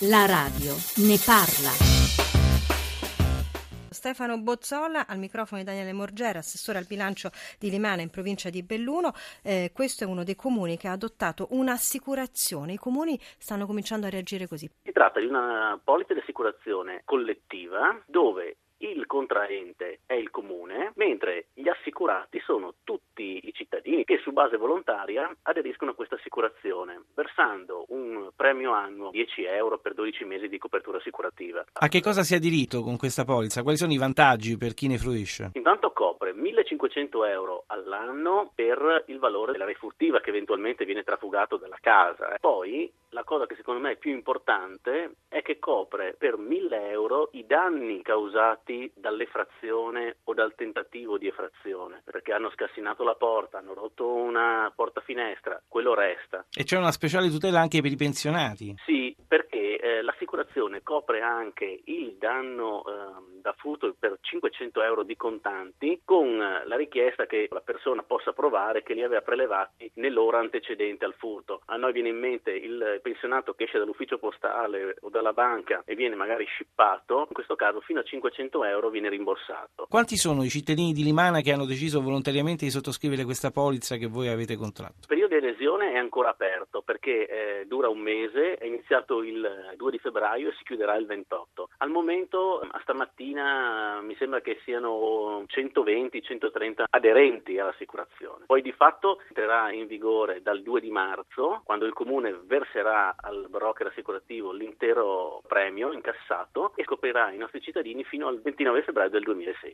La radio ne parla. Stefano Bozzola al microfono di Daniele Morgera, assessore al bilancio di Limana in provincia di Belluno. Questo è uno dei comuni che ha adottato un'assicurazione. I comuni stanno cominciando a reagire così. Si tratta di una polizza di assicurazione collettiva dove il contraente è il comune, mentre gli assicurati sono tutti i cittadini che su base volontaria aderiscono a questa assicurazione, versando un premio annuo di 10 euro per 12 mesi di copertura assicurativa. A che cosa si è diritto con questa polizza? Quali sono i vantaggi per chi ne fruisce? Intanto copre 1.500 euro all'anno per il valore della refurtiva che eventualmente viene trafugato dalla casa. Poi la cosa che secondo me è più importante è che copre per 1.000 euro i danni causati dall'effrazione o dal tentativo di effrazione, perché hanno scassinato la porta, hanno rotto una porta finestra, quello resta. E c'è una speciale tutela anche per i pensionati? Sì, perché l'assicurazione copre anche il danno da furto per 500 euro di contanti, con la richiesta che la persona possa provare che li aveva prelevati nell'ora antecedente al furto. A noi viene in mente il pensionato che esce dall'ufficio postale o dalla banca e viene magari shippato, in questo caso fino a 500 euro viene rimborsato. Quanti sono i cittadini di Limana che hanno deciso volontariamente di sottoscrivere questa polizza che voi avete contratto? Il periodo di adesione è ancora aperto perché dura un mese, è iniziato il 2 di febbraio e si chiuderà il 28. Al momento, a stamattina, mi sembra che siano 120-130 aderenti all'assicurazione. Poi di fatto entrerà in vigore dal 2 di marzo, quando il comune verserà al broker assicurativo l'intero premio incassato e scoprirà i nostri cittadini fino al 29 febbraio del 2016.